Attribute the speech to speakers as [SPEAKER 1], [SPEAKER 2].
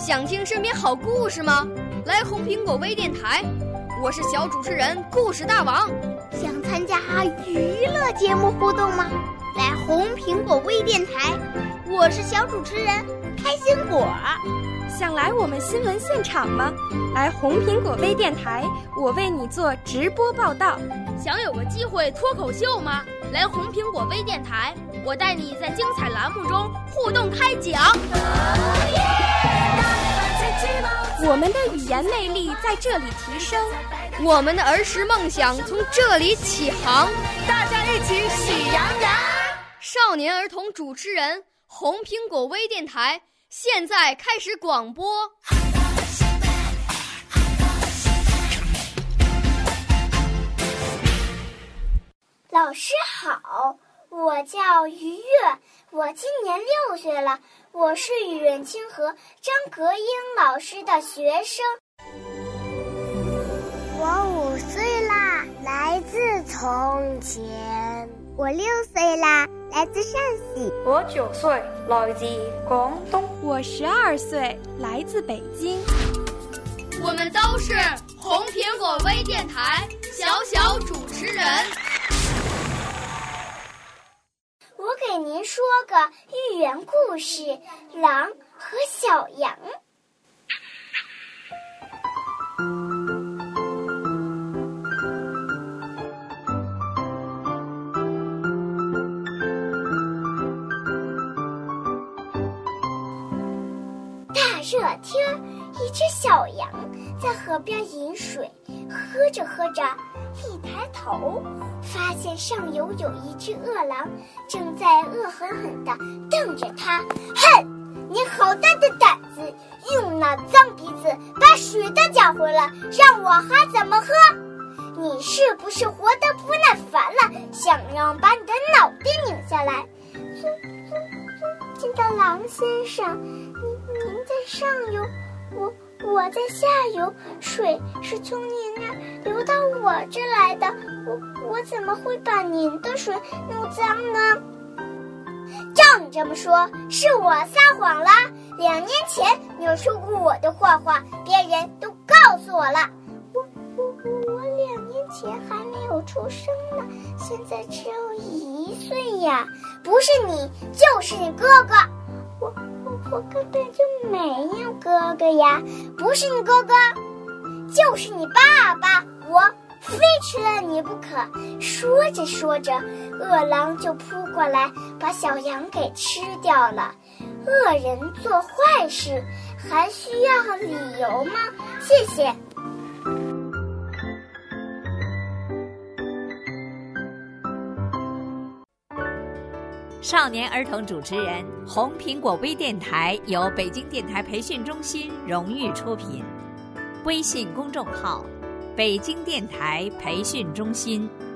[SPEAKER 1] 想听身边好故事吗？来红苹果微电台，我是小主持人故事大王。
[SPEAKER 2] 想参加娱乐节目互动吗？来红苹果微电台，我是小主持人开心果。
[SPEAKER 3] 想来我们新闻现场吗？来红苹果微电台，我为你做直播报道。
[SPEAKER 1] 想有个机会脱口秀吗？来红苹果微电台，我带你在精彩栏目中互动开讲。
[SPEAKER 3] 我们的语言魅力在这里提升，
[SPEAKER 1] 我们的儿时梦想从这里起航。
[SPEAKER 4] 大家一起喜羊羊。
[SPEAKER 1] 少年儿童主持人，红苹果微电台现在开始广播。
[SPEAKER 2] 老师好，我叫于悦，我今年6岁了，我是语文清河张格英老师的学生。
[SPEAKER 5] 我5岁啦，来自从前。我6岁啦，来自陕西。
[SPEAKER 6] 我9岁，来自廣東。
[SPEAKER 3] 我12歲，來自北京。
[SPEAKER 1] 我们都是红苹果微电台小主持人。
[SPEAKER 2] 我给您说个寓言故事《狼和小羊》。大热天，一只小羊在河边饮水，喝着喝着，一抬头，发现上游有一只饿狼，正在恶狠狠地瞪着他。哼，你好大的胆子，用那脏鼻子把水都搅回来，让我还怎么喝？你是不是活得不耐烦了，想让把你的脑袋拧下来？尊敬的狼先生，您在上游，我在下游，水是从您那儿流到我这来的，我怎么会把您的水弄脏呢？照你这么说，是我撒谎了。2年前你有说过我的坏话，别人都告诉我了。我2年前还没有出生呢，现在只有1岁呀。不是你，就是你哥哥。我根本就没有哥哥呀，不是你哥哥，就是你爸爸，我非吃了你不可。说着说着，饿狼就扑过来，把小羊给吃掉了。恶人做坏事，还需要理由吗？谢谢。
[SPEAKER 7] 少年儿童主持人，红苹果微电台由北京电台培训中心荣誉出品，微信公众号：北京电台培训中心。